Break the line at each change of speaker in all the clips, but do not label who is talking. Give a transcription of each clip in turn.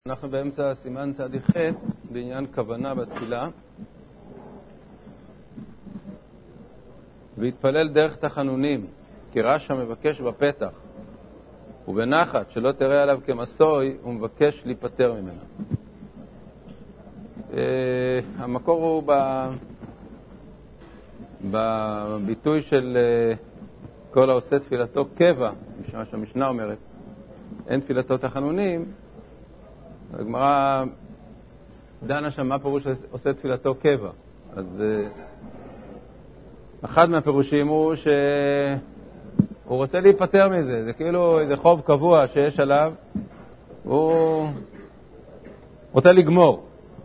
אנחנו באמצע סימן צדיק ח' בעניין כוונה בתפילה, והתפלל דרך תחנונים כי רשע מבקש בפתח ובנחת שלא תראה עליו כמסוי ומבקש להיפטר ממנה. המקור הוא בביטוי של כל העושה תפילתו קבע, מה שהמשנה אומרת, אין תפילתו תחנונים. הגמרא דנה שם מה פירוש עושה תפילתו קבע. אז אחד מהפירושים הוא שהוא רוצה להיפטר מזה, זה כאילו איזה חוב קבוע שיש עליו, הוא רוצה לגמור,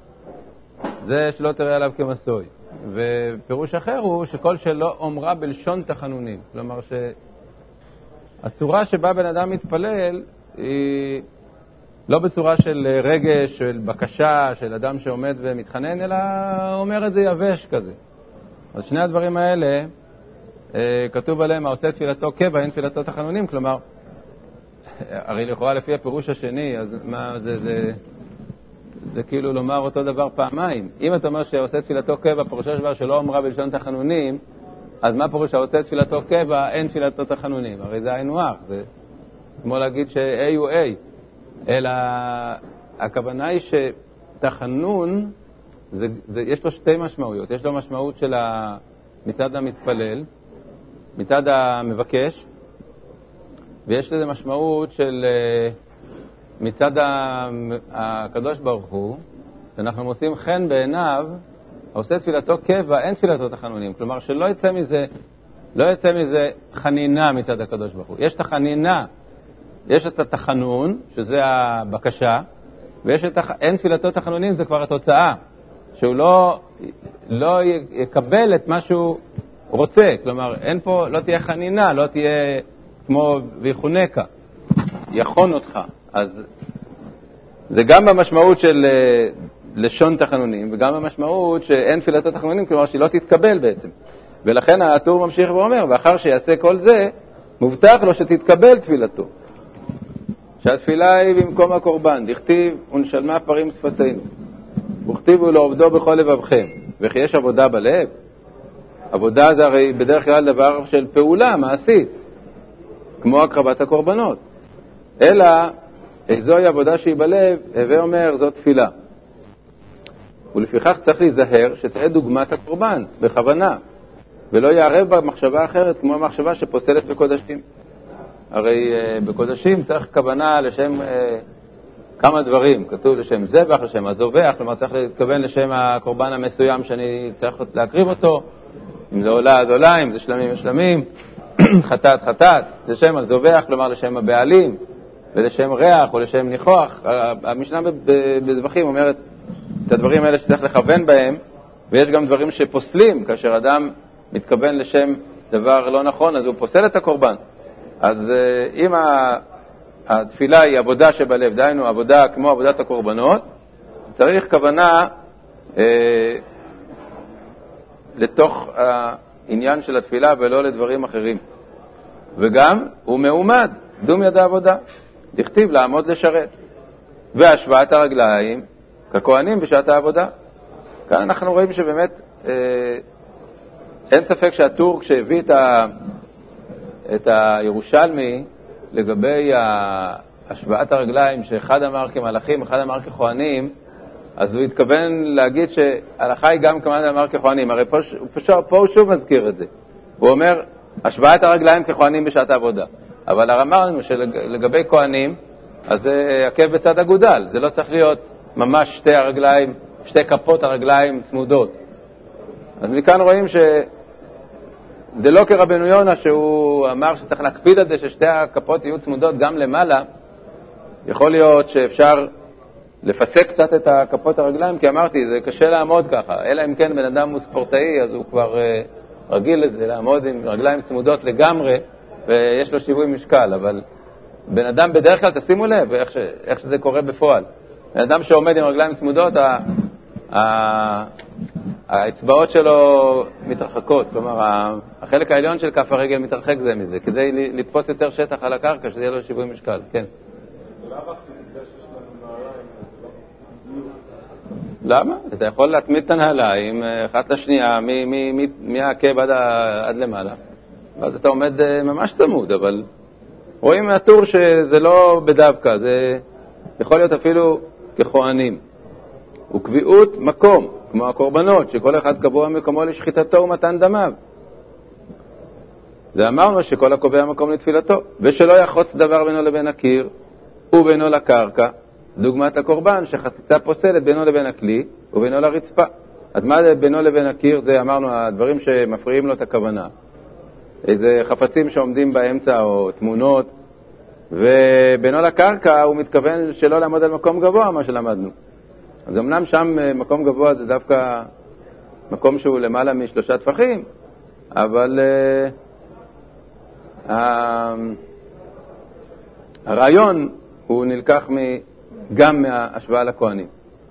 זה שלא תראה עליו כמסוי. ופירוש אחר הוא שכל שלא אומרה בלשון תחנונים, כלומר שהצורה שבה בן אדם מתפלל היא לא בצורה של רגש, של בקשה, של אדם שעומד ומתחנן, אלא אומר את זה יבש כזה. אז שני הדברים האלה, כתוב עליהם, העושה תפילתו קבע, אין תפילתו תחנונים, כלומר, הרי לכאורה לפי הפירוש השני, אז מה זה כאילו לומר אותו דבר פעמיים. אם אתה אומר שעושה תפילתו קבע, פירושו של דבר שלא אומרה בלשון תחנונים, אז מה פירוש שעושה תפילתו קבע, אין תפילתו תחנונים? הרי זה היינו הך, זה כמו להגיד ש-A הוא A. אלא הכוונה היא שתחנון, יש לו שתי משמעויות. יש לו משמעות של מצד המתפלל, מצד המבקש, ויש לזה משמעות של מצד הקדוש ברוך הוא, שאנחנו מוצאים חן בעיניו, העושה תפילתו קבע, אין תפילתו תחנונים. כלומר שלא יצא מזה חנינה מצד הקדוש ברוך הוא. יש את החנינה, יש את התחנון, שזה הבקשה, ויש אין תפילתו תחנונים, זה כבר התוצאה, שהוא לא יקבל את מה שהוא רוצה. כלומר, אין פה, לא תהיה חנינה, לא תהיה כמו ויחונקה, יכון אותך. אז זה גם במשמעות של לשון תחנונים, וגם במשמעות שאין תפילתו תחנונים, כלומר שהיא לא תתקבל בעצם. ולכן הטור ממשיך ואומר, ואחר שיעשה כל זה, מובטח לו שתתקבל תפילתו. שהתפילה היא במקום הקורבן, דכתיב ונשלמה פרים שפתינו, וכתיבו לעובדו בכל לבבכם. וכי יש עבודה בלב? עבודה זה הרי בדרך כלל דבר של פעולה מעשית, כמו הקרבת הקורבנות. אלא איזוהי עבודה שהיא בלב, הווה אומר זאת תפילה. ולפיכך צריך להיזהר שתהיה דוגמת הקורבן בכוונה, ולא יערב במחשבה אחרת כמו המחשבה שפוסלת בקודשים. הרי בקודשים צריך כוונה לשם כמה דברים. כתוב לשם זבח, לשם הזובח, כלומר צריך להתכוון לשם הקורבן המסוים שאני צריך להקריב אותו. אם זה עולה אז עולה, אם זה שלמים ושלמים, חטאת חטאת. לשם הזובח, כלומר לשם הבעלים, ולשם ריח או לשם ניחוח. המשנה בזבחים אומרת את הדברים האלה שצריך לכוון בהם, ויש גם דברים שפוסלים. כאשר אדם מתכוון לשם דבר לא נכון, אז הוא פוסל את הקורבן. אז אם התפילה היא עבודה שבלב, דהיינו עבודה כמו עבודת הקורבנות, צריך כוונה לתוך העניין של התפילה ולא לדברים אחרים. וגם הוא מעומד, דום יד העבודה, דכתיב לעמוד לשרת, והשוואת הרגליים ככהנים בשעת העבודה. כאן אנחנו רואים שבאמת אין ספק שהטור כשהביא את הירושלמי לגבי השוואת הרגליים, שאחד אמר כמלאכים, אחד אמר ככהנים, אז הוא התכוון להגיד שההלכה היא גם כמה אמר ככהנים. הרי פה הוא שוב מזכיר את זה. הוא אומר, השוואת הרגליים ככהנים בשעת העבודה. אבל אמרנו שלגבי כהנים, אז זה עקב בצד אגודל. זה לא צריך להיות ממש שתי כפות הרגליים צמודות. אז מכאן רואים זה לא כרבנו יונה שהוא אמר שצריך להקפיד על זה ששתי הכפות יהיו צמודות גם למעלה. יכול להיות שאפשר לפסק קצת את הכפות הרגליים, כי אמרתי, זה קשה לעמוד ככה. אלא אם כן בן אדם הוא ספורטאי, אז הוא כבר רגיל לזה, לעמוד עם רגליים צמודות לגמרי, ויש לו שיווי משקל. אבל בן אדם בדרך כלל, תשימו לב איך שזה קורה בפועל. בן אדם שעומד עם רגליים צמודות, האצבעות שלו מתרחקות, כלומר החלק העליון של כף הרגל מתרחק זה מזה, כדי לתפוס יותר שטח על הקרקע, שזה יהיה לו שיווי משקל. כן.
למה הכי שיש לנו נעליים
למה? אתה יכול להתמיד את הנעליים אחת לשנייה, מהעקב עד למעלה, ואז אתה עומד ממש צמוד, אבל רואים מהטור שזה לא בדווקא, זה יכול להיות אפילו ככהנים. וקביעות מקום, כמו הקורבנות, שכל אחד קבוע מקומו לשחיטתו ומתן דמיו. ואמרנו שכל הקובע מקום לתפילתו, ושלא יחוץ דבר בינו לבין הקיר ובינו לקרקע, דוגמת הקורבן שחציצה פוסלת בינו לבין הכלי ובינו לרצפה. אז מה זה בינו לבין הקיר? זה אמרנו הדברים שמפריעים לו את הכוונה. איזה חפצים שעומדים באמצע או תמונות, ובינו לקרקע הוא מתכוון שלא לעמוד על מקום גבוה, מה שלמדנו. אז אמנם שם מקום גבוה זה דווקא מקום שהוא למעלה מ3 טפחים, אבל הרעיון הוא נלקח גם מההשוואה לכהנים.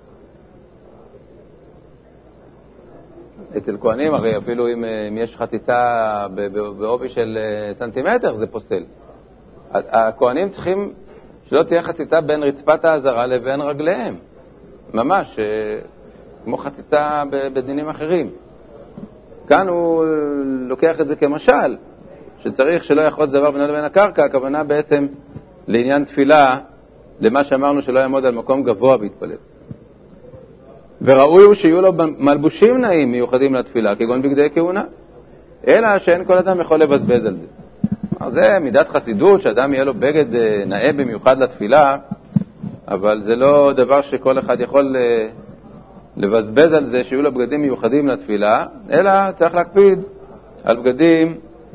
אצל כהנים הרי אפילו אם יש חציצה בעובי של סנטימטר זה פוסל. הכהנים צריכים שלא תהיה חציצה בין רצפת העזרה לבין רגליהם. ממש, כמו חציצה בדינים אחרים. כאן הוא לוקח את זה כמשל, שצריך שלא יחוץ דבר בינו לבין הקרקע, הכוונה בעצם לעניין תפילה, למה שאמרנו שלא יעמוד על מקום גבוה ויתפלל. וראוי הוא שיהיו לו מלבושים נעים מיוחדים לתפילה, כגון בגדי כהונה, אלא שאין כל אדם יכול לבזבז על זה. זה מידת חסידות, שאדם יהיה לו בגד נאה במיוחד לתפילה, אבל זה לא דבר שכל אחד יכול לבזבז על זה, שיהיו לו בגדים מיוחדים לתפילה, אלא צריך להקפיד על בגדים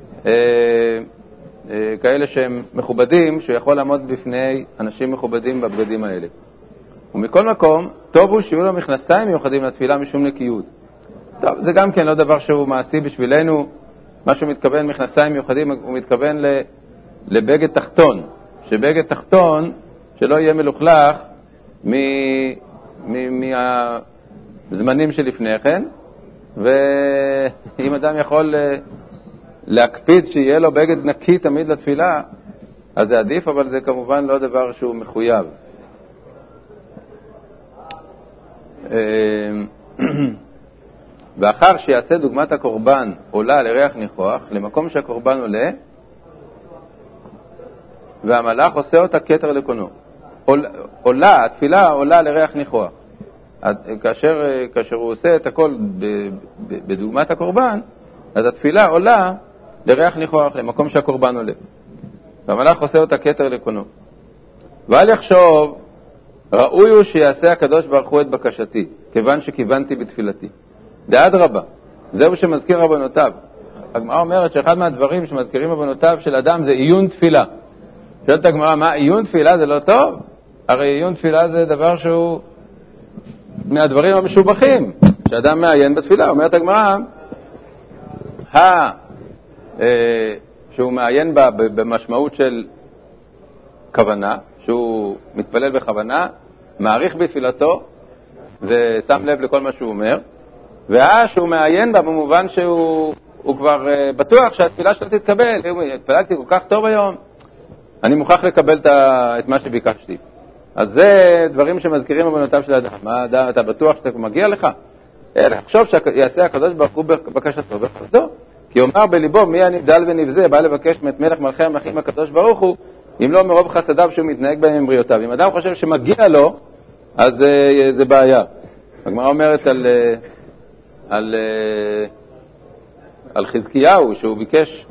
כאלה שהם מכובדים, שיכול לעמוד בפני אנשים מכובדים בבגדים האלה. ומכל מקום, טוב הוא שיהיו לו מכנסיים מיוחדים לתפילה משום נקיות. טוב, זה גם כן לא דבר שהוא מעשי בשבילנו. מה שהוא מתכוון מכנסיים מיוחדים, הוא מתכוון לבגד תחתון. שבגד תחתון שלא יהיה מלוכלך מהזמנים שלפני כן, ואם אדם יכול להקפיד שיהיה לו בגד נקי תמיד לתפילה, אז זה עדיף, אבל זה כמובן לא דבר שהוא מחויב. ואחר שיעשה דוגמת הקורבן עולה לריח ניחוח, למקום שהקורבן עולה, והמלאך עושה אותה כתר לקונו. עולה, התפילה עולה לריח ניחוח. כאשר הוא עושה את הכל בדוגמת הקורבן, אז התפילה עולה לריח ניחוח, למקום שהקורבן עולה. והמלאך עושה אותה כתר לקונו. ואל יחשוב, ראוי הוא שיעשה הקדוש ברוך הוא את בקשתי, כיוון שכיוונתי בתפילתי. דעד רבה, זהו שמזכיר רבנותיו. הגמרא אומרת שאחד מהדברים שמזכירים רבנותיו של אדם זה עיון תפילה. שואלת הגמרא, מה, עיון תפילה זה לא טוב? הרי עיון תפילה זה דבר שהוא מהדברים המשובחים, שאדם מעיין בתפילה. אומרת הגמרא, שהוא מעיין במשמעות של כוונה, שהוא מתפלל בכוונה, מעריך בתפילתו, ושם לב לכל מה שהוא אומר, שהוא מעיין בה במובן שהוא כבר בטוח שהתפילה שלו תתקבל. התפללתי כל כך טוב היום, אני מוכרח לקבל את מה שביקשתי. אז זה דברים שמזכירים בבנותיו של האדם. מה האדם, אתה בטוח שאתה מגיע לך? חשוב שיעשה הקדוש ברוך הוא בקשתו וחסדו. כי אומר בליבו, מי אני דל ונבזה, בא לבקש את מלך מלכי המלכים הקדוש ברוך הוא, אם לא מרוב חסדיו שהוא מתנהג בהם עם בריאותיו. אם אדם חושב שמגיע לו, אז זה בעיה. הגמרא אומרת על חזקיהו, שהוא ביקש,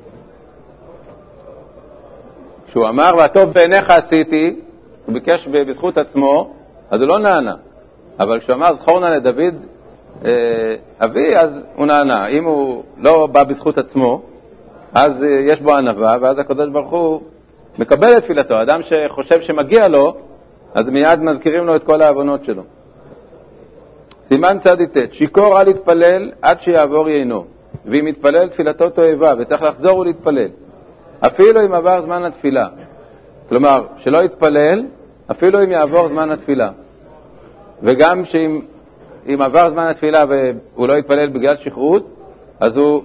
שהוא אמר, והטוב בעיניך עשיתי, הוא ביקש בזכות עצמו, אז הוא לא נענה. אבל כשהוא אמר, זכור נא לדוד אבי, אז הוא נענה. אם הוא לא בא בזכות עצמו, אז יש בו ענווה, ואז הקדוש ברוך הוא מקבל את תפילתו. אדם שחושב שמגיע לו, אז מיד מזכירים לו את כל העוונות שלו. סימן צדי"ט, שיקור אל יתפלל עד שיעבור יינו, ואם יתפלל תפילתו תועבה, וצריך לחזור ולהתפלל, אפילו אם עבר זמן התפילה. כלומר, שלא יתפלל, אפילו אם יעבור זמן התפילה. וגם שאם עבר זמן התפילה והוא לא יתפלל בגלל שכרות, אז הוא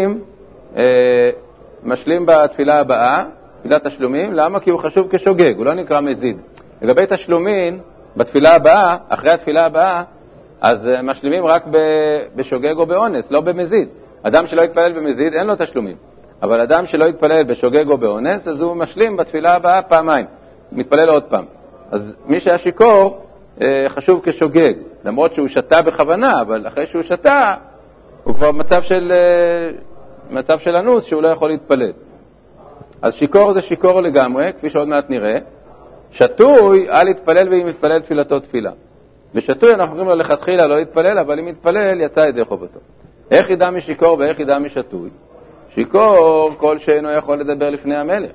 משלים בתפילה הבאה, תפילת תשלומים. למה? כי הוא חשוב כשוגג, הוא לא נקרא מזיד. לגבי תשלומים, בתפילה הבאה, אחרי התפילה הבאה, אז משלימים רק בשוגג או באונס, לא במזיד. אדם שלא יתפלל במזיד, אין לו תשלומים. אבל אדם שלא יתפלל בשוגג או באונס, אז הוא משלים בתפילה הבאה פעמיים. מתפלל עוד פעם. אז מי שהיה שיקור, חשוב כשוגג. למרות שהוא שתה בכוונה, אבל אחרי שהוא שתה, הוא כבר מצב של אנוס שהוא לא יכול להתפלל. אז שיקור זה שיקור לגמרי, כפי שעוד מעט נראה. שתוי, אל יתפלל ואם יתפלל תפילתו תפילה. בשתוי אנחנו אומרים לו לכתחילה לא להתפלל, אבל אם יתפלל יצא ידי חובתו. איך ידע משיקור ואיך ידע משתוי? שיקור כל שאינו יכול לדבר לפני המלך.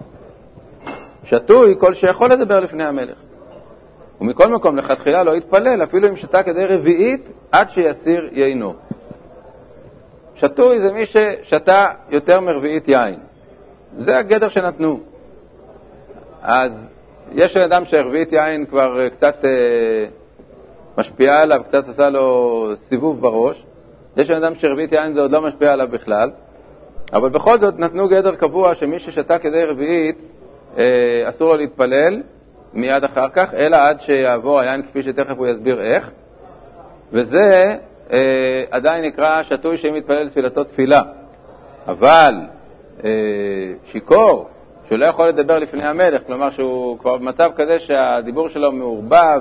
שתוי כל שיכול לדבר לפני המלך. ומכל מקום לכתחילה לא יתפלל, אפילו אם שתה כדי רביעית עד שיסיר יינו. שתוי זה מי ששתה יותר מרביעית יין. זה הגדר שנתנו. אז יש אדם שרביעית יין כבר קצת משפיעה עליו, קצת עושה לו סיבוב בראש. יש אדם שרביעית יין זה עוד לא משפיע עליו בכלל. אבל בכל זאת נתנו גדר קבוע שמי ששתה כדי רביעית אסור לו להתפלל מיד אחר כך, אלא עד שיעבור היין כפי שתכף הוא יסביר איך. וזה עדיין נקרא שתוי שאם יתפלל תפילתו תפילה. אבל שיקור, שהוא לא יכול לדבר לפני המלך, כלומר שהוא כבר במצב כזה שהדיבור שלו מעורבב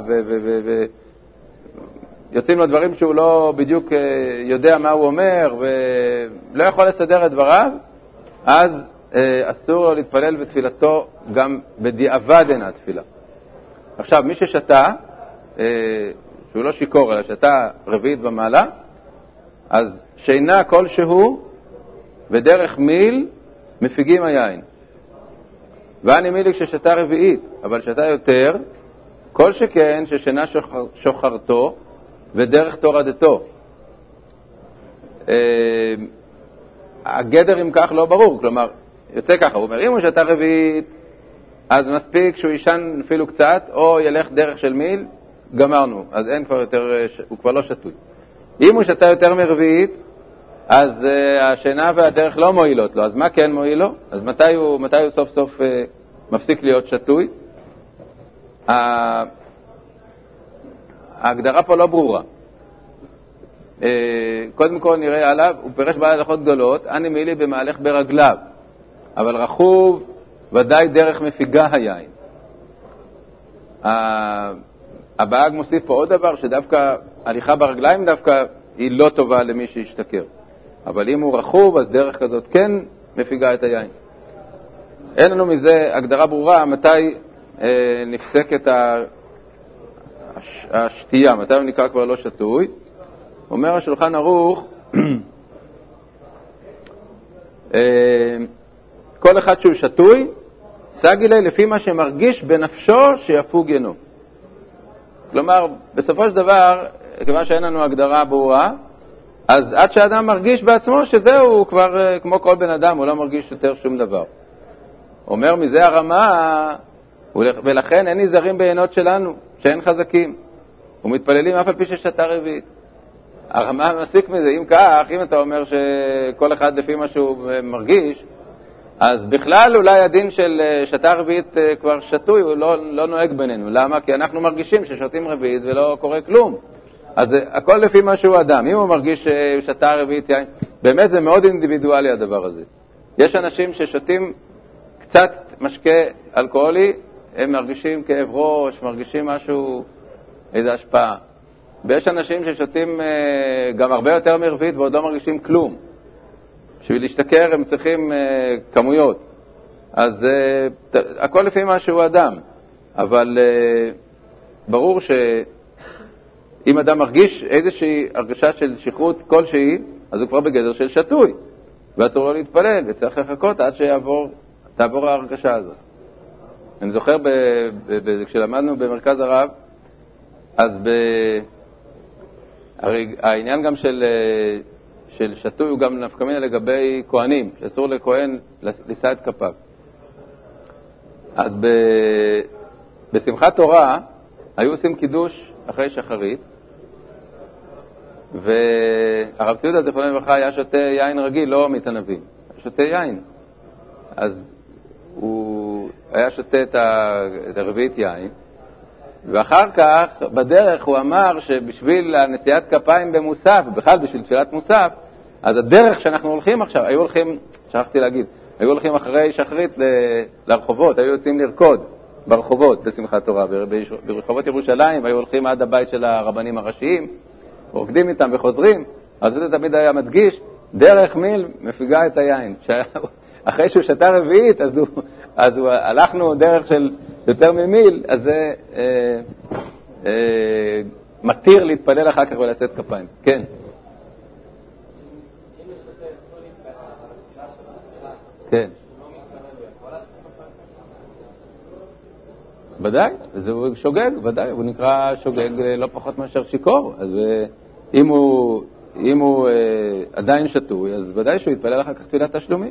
ויוצאים לו דברים שהוא לא בדיוק יודע מה הוא אומר ולא יכול לסדר את דבריו, אז אסור לו להתפלל בתפילתו גם בדיעבד אין התפילה. עכשיו, מי ששתה, שהוא לא שיקור אלא שתה רביעית במעלה, אז שינה כלשהו ודרך מיל מפיגים היין. ואני מילי כששתה רביעית, אבל שתה יותר, כל שכן ששינה שוחרתו ודרך תורדתו. הגדר אם כך לא ברור, כלומר, יוצא ככה, הוא אומר, אם הוא שתה רביעית, אז מספיק שהוא ישן אפילו קצת, או ילך דרך של מיל, גמרנו, אז אין כבר יותר, הוא כבר לא שתוי. אם הוא שתה יותר מרביעית, אז השינה והדרך לא מועילות לו, אז מה כן מועיל לו? אז מתי הוא סוף סוף מפסיק להיות שתוי? ההגדרה פה לא ברורה. קודם כל נראה עליו, הוא פירש בהלכות גדולות, אני מילי במהלך ברגליו, אבל רכוב ודאי דרך מפיגה היין. הבאג מוסיף פה עוד דבר, שדווקא הליכה ברגליים דווקא היא לא טובה למי שישתכר. אבל אם הוא רכוב, אז דרך כזאת כן מפיגה את היין. אין לנו מזה הגדרה ברורה מתי נפסקת השתייה, מתי הוא נקרא כבר לא שתוי. אומר השולחן ערוך, כל אחד שהוא שתוי, סגי לי לפי מה שמרגיש בנפשו שיפוג ינו. כלומר, בסופו של דבר, כיוון שאין לנו הגדרה ברורה, אז עד שהאדם מרגיש בעצמו שזהו, הוא כבר כמו כל בן אדם, הוא לא מרגיש יותר שום דבר. אומר מזה הרמה, ולכן אין נזהרים בעינות שלנו, שאין חזקים. ומתפללים אף על פי ששתה רביעית. הרמה מסיק מזה, אם כך, אם אתה אומר שכל אחד לפי מה שהוא מרגיש, אז בכלל אולי הדין של שתה רביעית כבר שתוי, הוא לא נוהג בינינו. למה? כי אנחנו מרגישים ששותים רביעית ולא קורה כלום. אז הכל לפי מה שהוא אדם. אם הוא מרגיש ששתה רביעית יין, באמת זה מאוד אינדיבידואלי הדבר הזה. יש אנשים ששותים קצת משקה אלכוהולי, הם מרגישים כאב ראש, מרגישים משהו, איזו השפעה. ויש אנשים ששותים גם הרבה יותר מרביעית ועוד לא מרגישים כלום. בשביל להשתכר הם צריכים כמויות. אז הכל לפי מה שהוא אדם. אבל ברור שאם אדם מרגיש איזושהי הרגשה של שכרות כלשהי, אז הוא כבר בגדר של שתוי. ואסור לו להתפלל, וצריך לחכות עד תעבור ההרגשה הזאת. אני זוכר כשלמדנו במרכז הרב, אז העניין גם של שתוי הוא גם נפקא מינה לגבי כהנים, שאסור לכהן לישא את כפיו. אז בשמחת תורה היו עושים קידוש אחרי שחרית, והרב ציודה זיכרונו לברכה היה שותה יין רגיל, לא מיץ ענבים, שותה יין. אז הוא היה שותה את הרביעית יין, ואחר כך, בדרך, הוא אמר שבשביל נשיאת כפיים במוסף, ובכלל בשביל תפילת מוסף, אז הדרך שאנחנו הולכים עכשיו, היו הולכים, שכחתי להגיד, היו הולכים אחרי שחרית לרחובות, היו יוצאים לרקוד ברחובות בשמחת תורה, ברחובות ירושלים, והיו הולכים עד הבית של הרבנים הראשיים, רוקדים איתם וחוזרים, אז זה תמיד היה מדגיש, דרך מיל מפיגה את היין. אחרי שהוא שתה רביעית, אז הלכנו דרך של יותר ממיל, אז זה מתיר להתפלל אחר כך ולשאת כפיים. כן. כן. ודאי, זה שוגג, ודאי, הוא נקרא שוגג לא פחות מאשר שיקור, אז אם הוא עדיין שתוי, אז ודאי שהוא יתפלל אחר כך תפילת תשלומים.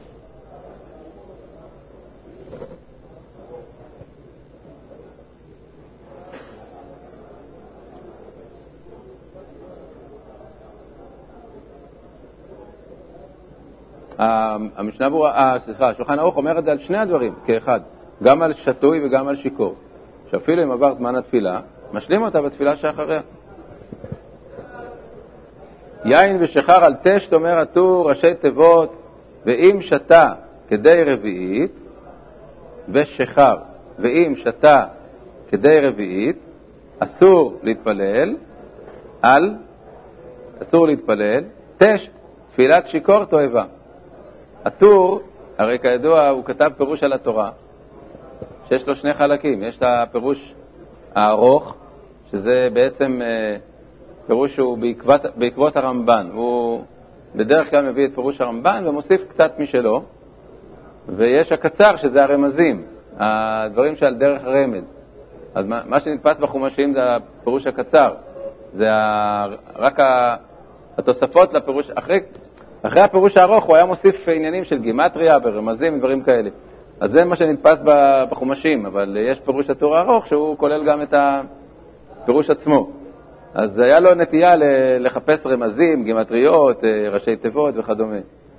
המשנה ברורה, שולחן ערוך אומר את זה על שני הדברים, כאחד, גם על שתוי וגם על שיקור. שאפילו אם עבר זמן התפילה, משלים אותה בתפילה שאחריה. יין ושחר על תשת אומר הטור, ראשי תיבות, ואם שתה כדי רביעית, ושחר, ואם שתה כדי רביעית, אסור להתפלל, תשת, תפילת שיקור תועבה. הטור, הרי כידוע, הוא כתב פירוש על התורה, שיש לו שני חלקים. יש את הפירוש הארוך, שזה בעצם פירוש שהוא בעקבות הרמב"ן. הוא בדרך כלל מביא את פירוש הרמב"ן ומוסיף קצת משלו. ויש הקצר, שזה הרמזים, הדברים שעל דרך הרמז. אז מה שנתפס בחומשים זה הפירוש הקצר. זה רק התוספות לפירוש. אחרי הפירוש הארוך הוא היה מוסיף עניינים של גימטריה ברמזים ודברים כאלה. אז זה מה שנתפס בחומשים, אבל יש פירוש הטור הארוך שהוא כולל גם את הפירוש עצמו. אז היה לו נטייה לחפש רמזים, גימטריות, ראשי תיבות וכדומה.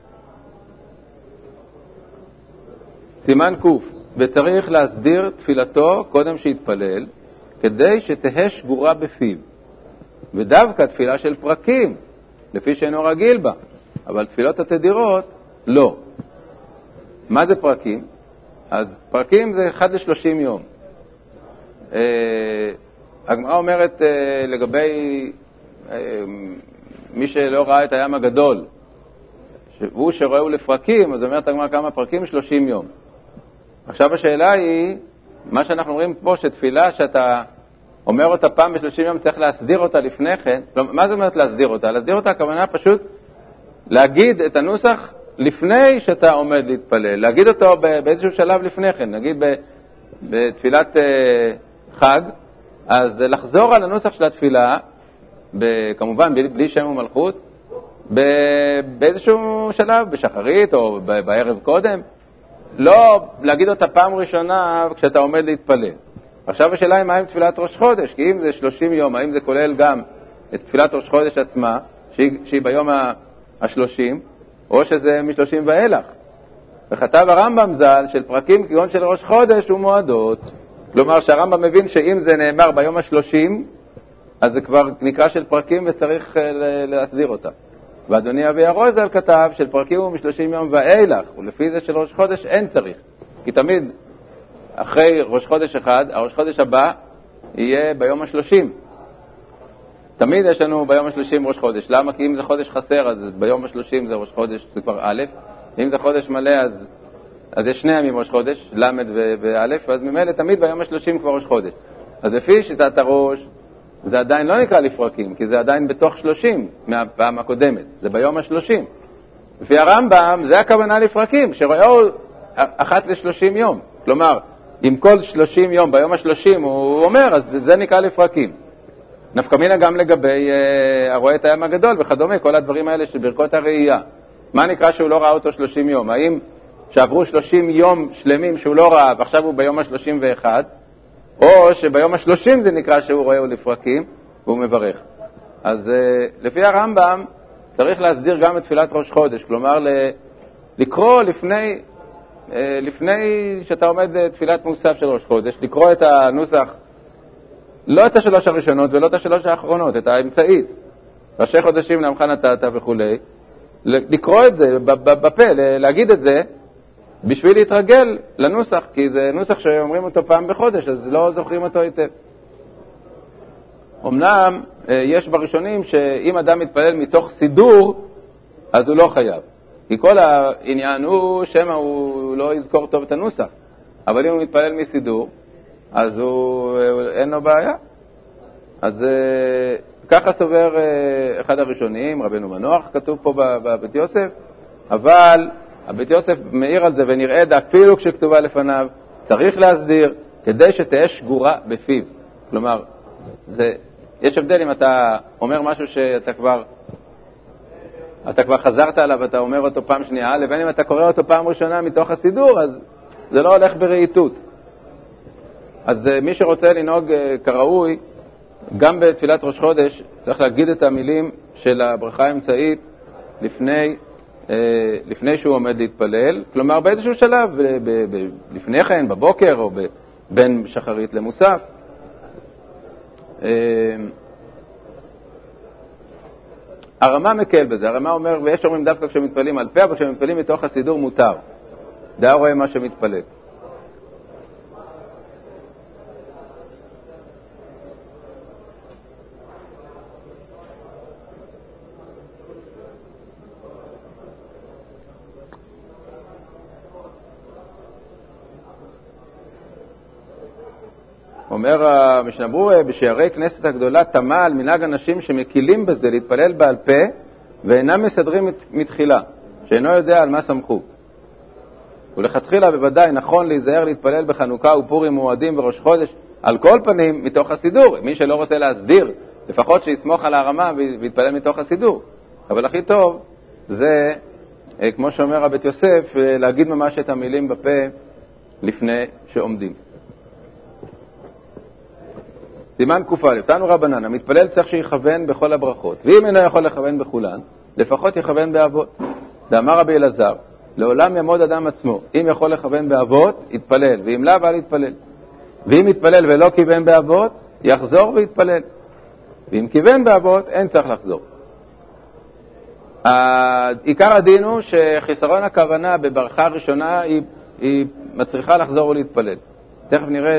סימן קוף, וצריך להסדיר תפילתו קודם שיתפלל, כדי שתהא שגורה בפיו. ודווקא תפילה של פרקים, לפי שאינו רגיל בה, אבל תפילות התדירות, לא. מה זה פרקים? אז פרקים זה 1 ל-30 יום. הגמרא אומרת לגבי מי שלא ראה את הים הגדול, שהוא שרואה לפרקים, אז אומרת הגמרא כמה פרקים? 30 יום. עכשיו השאלה היא, מה שאנחנו אומרים פה, שתפילה שאתה אומר אותה פעם ב-30 יום, צריך להסדיר אותה לפני כן. מה זה אומרת להסדיר אותה? להסדיר אותה הכוונה פשוט להגיד את הנוסח לפני שאתה עומד להתפלל, להגיד אותו באיזשהו שלב לפני כן, נגיד בתפילת חג, אז לחזור על הנוסח של התפילה, כמובן בלי שם ומלכות, באיזשהו שלב, בשחרית או בערב קודם, לא להגיד אותה פעם ראשונה כשאתה עומד להתפלל. עכשיו השאלה היא מה עם תפילת ראש חודש, כי אם זה 30 יום, האם זה כולל גם את תפילת ראש חודש עצמה, שהיא ביום ה-30, או שזה מ-30 ואילך. וכתב הרמב"ם ז"ל של פרקים כגון של ראש חודש ומועדות. כלומר שהרמב"ם מבין שאם זה נאמר ביום ה-30, אז זה כבר נקרא של פרקים וצריך להסדיר אותה. ואדוני אבי הרוזל כתב של פרקים הוא מ-30 יום ואילך, ולפי זה של ראש חודש אין צריך. כי תמיד אחרי ראש חודש אחד, הראש חודש הבא יהיה ביום ה-30. תמיד יש לנו ביום ה-30 ראש חודש. למה? כי אם זה חודש חסר, אז ביום ה-30 זה ראש חודש, זה כבר א', אם זה חודש מלא, אז יש 2 ימים ראש חודש, ל' וא', אז ממילא תמיד ביום ה-30 כבר ראש חודש. אז לפי שיטת הראש, זה עדיין לא נקרא לפרקים, כי זה עדיין בתוך 30 מהפעם הקודמת, זה ביום ה-30. לפי הרמב"ם, זה הכוונה לפרקים, שראו 1 ל-30 יום. כלומר, אם כל 30 יום ביום ה-30 הוא אומר, אז זה נקרא לפרקים. נפקא מינה גם לגבי הרואה את הים הגדול וכדומה, כל הדברים האלה של ברכות הראייה. מה נקרא שהוא לא ראה אותו 30 יום? האם שעברו 30 יום שלמים שהוא לא ראה ועכשיו הוא ביום ה-31, או שביום ה-30 זה נקרא שהוא רואה לפרקים והוא מברך. אז לפי הרמב"ם צריך להסדיר גם את תפילת ראש חודש, כלומר לקרוא לפני שאתה עומד תפילת מוסף של ראש חודש, לקרוא את הנוסח
לא את השלוש הראשונות ולא את השלוש האחרונות, את האמצעית. ראשי חודשים לעמך נתת וכו'. לקרוא את זה בפה, להגיד את זה, בשביל להתרגל לנוסח, כי זה נוסח שאומרים אותו פעם בחודש, אז לא זוכרים אותו היטב. אמנם יש בראשונים שאם אדם מתפלל מתוך סידור, אז הוא לא חייב. כי כל העניין הוא שמא הוא לא יזכור טוב את הנוסח. אבל אם הוא מתפלל מסידור, אז אין לו בעיה. אז ככה סובר אחד הראשונים, רבנו מנוח, כתוב פה בבית יוסף, אבל הבית יוסף מעיר על זה ונראה אפילו כשכתובה לפניו, צריך להסדיר כדי שתהיה שגורה בפיו. כלומר, יש הבדל אם אתה אומר משהו שאתה כבר חזרת עליו, אתה אומר אותו פעם שנייה, לבין אם אתה קורא אותו פעם ראשונה מתוך הסידור, אז זה לא הולך ברעיתות. אז מי שרוצה לנהוג כראוי, גם בתפילת ראש חודש צריך להגיד את המילים של הברכה האמצעית לפני שהוא עומד להתפלל, כלומר באיזשהו שלב, לפני כן, בבוקר או בין שחרית למוסף. הרמה מקל בזה, הרמה אומר, ויש אומרים דווקא כשמתפלים על פה, אבל כשמתפלים מתוך הסידור מותר. דה רואה מה שמתפלל. אומר המשנה ברורה, בשערי כנסת הגדולה תמה על מנהג אנשים שמקילים בזה להתפלל בעל פה ואינם מסדרים מתחילה, שאינו יודע על מה סמכו. ולכתחילה בוודאי נכון להיזהר להתפלל בחנוכה ופורים מועדים וראש חודש, על כל פנים מתוך הסידור. מי שלא רוצה להסדיר, לפחות שיסמוך על הרמה ויתפלל מתוך הסידור. אבל הכי טוב זה, כמו שאומר הבית יוסף, להגיד ממש את המילים בפה לפני שעומדים. סימן ק"א, תנו רבנן, המתפלל צריך שיכוון בכל הברכות, ואם אינו יכול לכוון בכולן, לפחות יכוון באבות. דאמר רבי אלעזר, לעולם יעמוד אדם עצמו, אם יכול לכוון באבות, יתפלל, ואם לאו, אל יתפלל. ואם יתפלל ולא כיוון באבות, יחזור ויתפלל. ואם כיוון באבות, אין צריך לחזור. עיקר הדין הוא שחיסרון הכוונה בברכה הראשונה היא מצריכה לחזור ולהתפלל. תכף נראה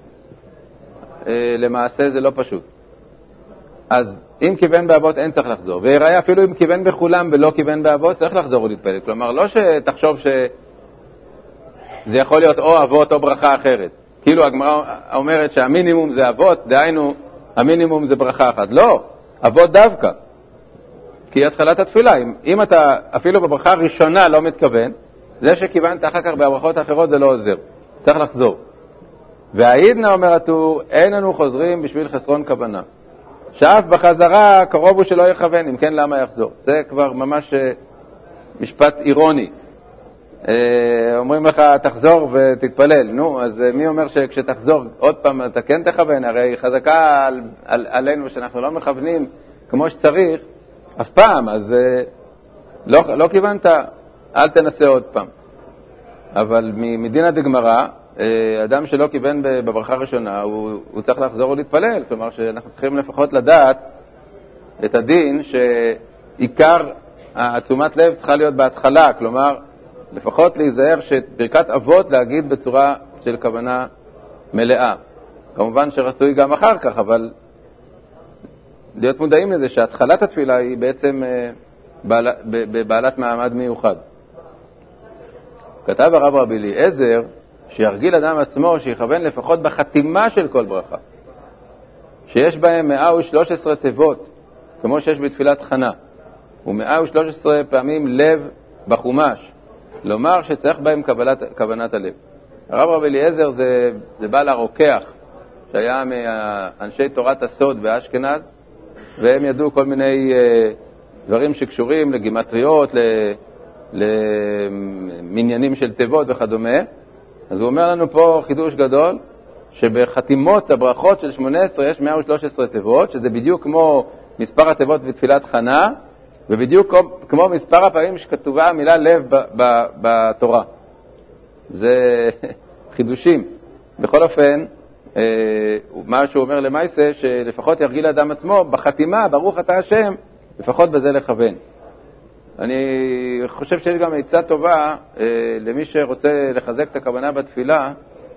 למעשה זה לא פשוט. אז אם כיוון באבות אין צריך לחזור, ויראה אפילו אם כיוון בכולם ולא כיוון באבות צריך לחזור ולהתפלל. כלומר, לא שתחשוב שזה יכול להיות או אבות או ברכה אחרת. כאילו הגמרא אומרת שהמינימום זה אבות, דהיינו המינימום זה ברכה אחת. לא, אבות דווקא. כי התחלת התפילה, אם אתה אפילו בברכה הראשונה לא מתכוון, זה שכיוונת אחר כך בברכות האחרות זה לא עוזר. צריך לחזור. והעידנא אומר הטור, אין לנו חוזרים בשביל חסרון כוונה. שאף בחזרה קרוב הוא שלא יכוון, אם כן למה יחזור? זה כבר ממש משפט אירוני. אומרים לך תחזור ותתפלל, נו, אז מי אומר שכשתחזור עוד פעם אתה כן תכוון? הרי חזקה עלינו שאנחנו לא מכוונים כמו שצריך אף פעם, אז לא כיוונת, אל תנסה עוד פעם. אבל מדינא דגמרא, אדם שלא כיוון בברכה הראשונה, הוא צריך לחזור ולהתפלל. כלומר שאנחנו צריכים לפחות לדעת את הדין שעיקר התשומת לב צריכה להיות בהתחלה. כלומר, לפחות להיזהר שברכת אבות להגיד בצורה של כוונה מלאה. כמובן שרצוי גם אחר כך, אבל להיות מודעים לזה שהתחלת התפילה היא בעצם בבעלת מעמד מיוחד. כתב הרב רבי אליעזר, שירגיל אדם עצמו שיכוון לפחות בחתימה של כל ברכה, שיש בהם 113 תיבות, כמו שיש בתפילת חנה, ו113 פעמים לב בחומש, לומר שצריך בהם כוונת הלב. הרב רבי אליעזר זה בעל הרוקח, שהיה מאנשי תורת הסוד באשכנז, והם ידעו כל מיני דברים שקשורים לגימטריות, למניינים של תיבות וכדומה. אז הוא אומר לנו פה חידוש גדול, שבחתימות הברכות של 18 יש 113 תיבות, שזה בדיוק כמו מספר התיבות בתפילת חנה, ובדיוק כמו מספר הפעמים שכתובה המילה לב בתורה. זה חידושים. בכל אופן, מה שהוא אומר למעשה, שלפחות ירגיל האדם עצמו, בחתימה, ברוך אתה השם, לפחות בזה לכוון. אני חושב שיש גם עצה טובה למי שרוצה לחזק את הכוונה בתפילה,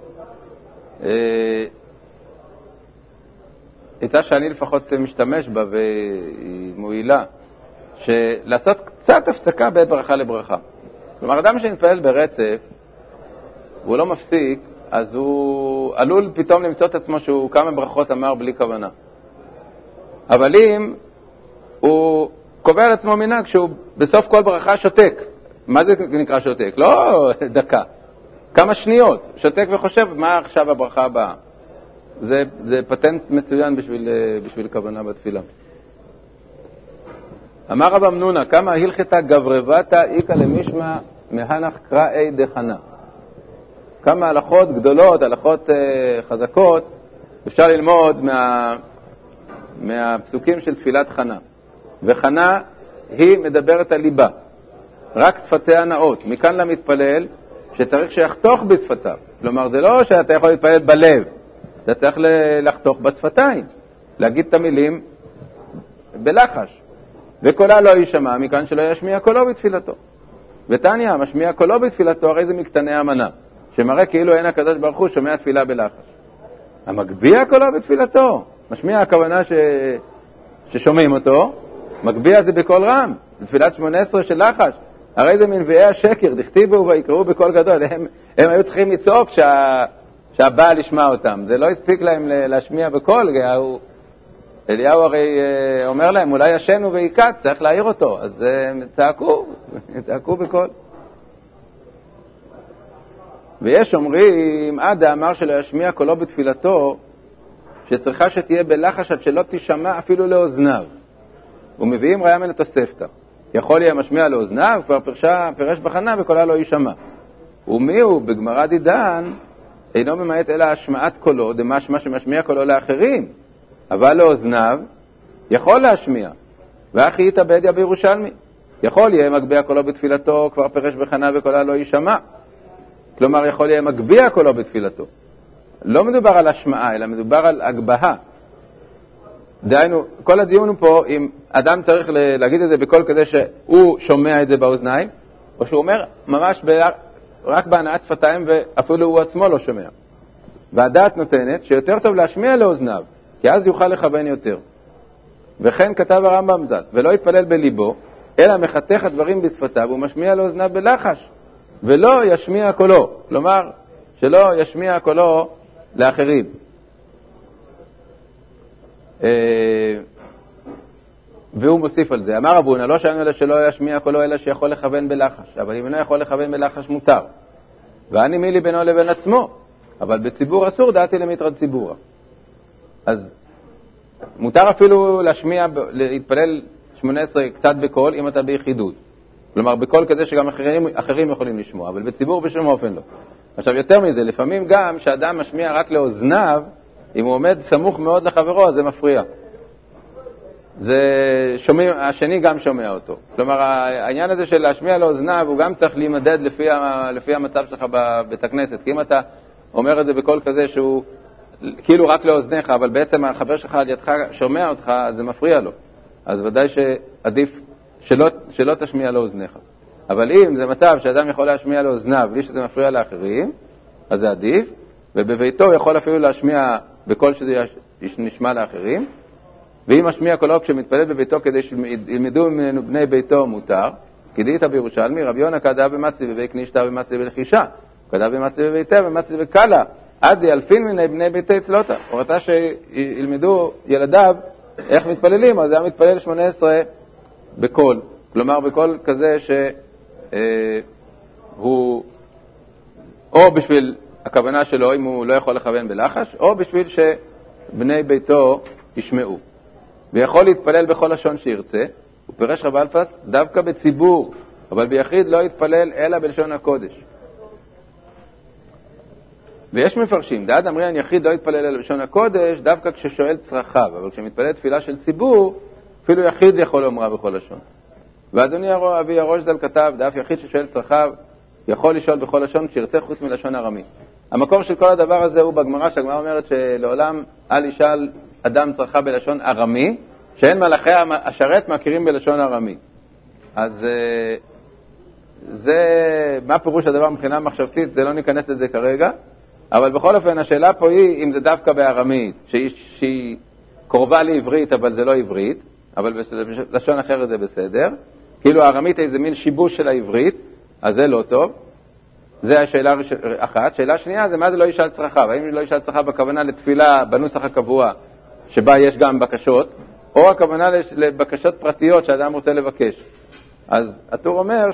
עצה שאני לפחות משתמש בה והיא מועילה, שלעשות קצת הפסקה בין ברכה לברכה. כלומר, אדם שנתפעל ברצף, והוא לא מפסיק, אז הוא עלול פתאום למצוא את עצמו שהוא כמה ברכות אמר בלי כוונה. אבל אם הוא קובע על עצמו מנהג שהוא בסוף כל ברכה שותק, מה זה נקרא שותק? לא דקה, כמה שניות, שותק וחושב מה עכשיו הברכה הבאה. זה פטנט מצוין בשביל כוונה בתפילה. אמר רב אמנונה, כמה הלכתה גברבתה איקה למשמע מהנך קראי דחנה. כמה הלכות גדולות, הלכות חזקות, אפשר ללמוד מהפסוקים של תפילת חנה. וחנה היא מדברת על ליבה, רק שפתיה נאות. מכאן למתפלל שצריך שיחתוך בשפתיו. כלומר, זה לא שאתה יכול להתפלל בלב, אתה צריך לחתוך בשפתיים, להגיד את המילים בלחש. וקולה לא יישמע, מכאן שלא ישמיע קולו בתפילתו. ותניא, משמיע קולו בתפילתו, הרי זה מקטני המנה, שמראה כאילו אין הקדוש ברוך הוא שומע תפילה בלחש. המגביה קולו בתפילתו, משמיע הכוונה ששומעים אותו, מגביה זה בקול רם, בתפילת 18 של לחש, הרי זה מנביאי השקר, דכתיבו ויקראו בקול גדול, הם היו צריכים לצעוק שהבעל ישמע אותם, זה לא הספיק להם להשמיע בקול, אליהו הרי אומר להם, אולי ישנו ויקט, צריך להעיר אותו, אז צעקו בקול. ויש אומרים, עדה אמר שלא ישמיע קולו בתפילתו, שצריכה שתהיה בלחש עד שלא תשמע אפילו לאוזניו. ומביאים ראיה מן התוספתא. יכול יהיה משמיע לאוזניו, כבר פרש בחנה וקולה לא יישמע. ומי הוא בגמרא דידן, אינו ממעט אלא השמעת קולו, דמשמע שמשמיע קולו לאחרים. אבל לאוזניו יכול להשמיע. ואחי יתאבדיה בירושלמי. יכול יהיה מגביה קולו בתפילתו, כבר פרש בחנה וקולה לא יישמע. כלומר, יכול יהיה מגביה קולו בתפילתו. לא מדובר על השמעה, אלא מדובר על הגבהה. דהיינו, כל הדיון הוא פה, אם אדם צריך להגיד את זה בקול כזה שהוא שומע את זה באוזניים, או שהוא אומר ממש רק בהנעת שפתיים ואפילו הוא עצמו לא שומע. והדעת נותנת שיותר טוב להשמיע לאוזניו, כי אז יוכל לכוון יותר. וכן כתב הרמב"ם ז"ל, ולא יתפלל בליבו, אלא מחתך הדברים בשפתיו ומשמיע לאוזניו בלחש, ולא ישמיע קולו. כלומר, שלא ישמיע קולו לאחרים. והוא מוסיף על זה, אמר רבונה, לא שאנו אלא שלא ישמיע קולו, אלא שיכול לכוון בלחש. אבל אם אינו יכול לכוון בלחש מותר. ואני מילי בינו לבין עצמו. אבל בציבור אסור, דעתי למטרד ציבורה. אז מותר אפילו להשמיע, להתפלל 18 קצת בקול, אם אתה ביחידות. כלומר, בקול כזה שגם אחרים יכולים לשמוע, אבל בציבור בשום אופן לא. עכשיו, יותר מזה, לפעמים גם שאדם משמיע רק לאוזניו, אם הוא עומד סמוך מאוד לחברו, אז זה מפריע. זה שומעים, השני גם שומע אותו. כלומר, העניין הזה של להשמיע לאוזניו, הוא גם צריך להימדד לפי המצב שלך בבית הכנסת. כי אם אתה אומר את זה בקול כזה שהוא כאילו רק לאוזניך, אבל בעצם החבר שלך על ידך שומע אותך, אז זה מפריע לו. אז ודאי שעדיף שלא תשמיע לאוזניך. אבל אם זה מצב שאדם יכול להשמיע לאוזניו בלי שזה מפריע לאחרים, אז זה עדיף, ובביתו הוא יכול אפילו להשמיע בקול שזה נשמע לאחרים, ואם משמיע קולו כשמתפלל בביתו כדי שילמדו ממנו בני ביתו מותר, כדאית בירושלמי, רבי יונה כדאב במצלי בבי כנישתא במצלי בלחישה, כדאב במצלי בביתה במצלי בקלה, עד ילפין מיני בני ביתי צלותה. הוא רצה שילמדו ילדיו איך מתפללים, אז היה מתפלל 18 בקול. כלומר, בקול כזה שהוא או בשביל הכוונה שלו, אם הוא לא יכול לכוון בלחש, או בשביל שבני ביתו ישמעו. ויכול להתפלל בכל לשון שירצה, הוא פירש רב אלפס דווקא בציבור, אבל ביחיד לא יתפלל אלא בלשון הקודש. ויש מפרשים, דעת אמריין יחיד לא יתפלל אלא בלשון הקודש, דווקא כששואל צרכיו, אבל כשמתפלל תפילה של ציבור, אפילו יחיד יכול לומרה בכל לשון. ואדוני אבי הראש ז"ל כתב, דף יחיד ששואל צרכיו, יכול לשאול בכל לשון כשירצה חוץ מלשון ארמי. המקור של כל הדבר הזה הוא בגמרא, שהגמרא אומרת שלעולם אל ישאל אדם צרכה בלשון ארמי, שאין מלאכי השרת מכירים בלשון ארמי. אז זה, מה פירוש הדבר מבחינה מחשבתית, זה לא ניכנס לזה כרגע, אבל בכל אופן השאלה פה היא אם זה דווקא בארמית, שהיא קרובה לעברית אבל זה לא עברית, אבל בלשון אחרת זה בסדר, כאילו הארמית איזה מין שיבוש של העברית, אז זה לא טוב. זה השאלה אחת. שאלה שנייה זה מה זה לא ישאל צרכיו, האם לא ישאל צרכיו בכוונה לתפילה בנוסח הקבוע שבה יש גם בקשות, או הכוונה לבקשות פרטיות שאדם רוצה לבקש. אז הטור אומר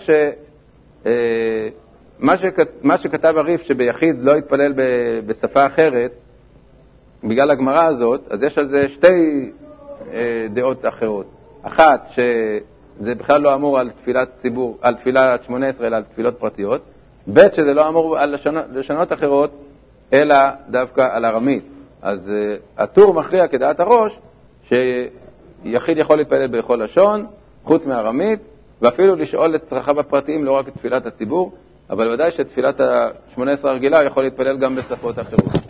מה שכתב הריף שביחיד לא יתפלל בשפה אחרת, בגלל הגמרא הזאת, אז יש על זה שתי דעות אחרות. אחת, שזה בכלל לא אמור על תפילת ציבור, על תפילת 18, אלא על תפילות פרטיות. ב' שזה לא אמור על לשונות אחרות, אלא דווקא על ארמית. אז הטור מכריע כדעת הראש, שיחיד יכול להתפלל בכל לשון, חוץ מארמית, ואפילו לשאול את צרכיו הפרטיים, לא רק את תפילת הציבור, אבל ודאי שתפילת ה-18 הרגילה יכול להתפלל גם בשפות אחרות.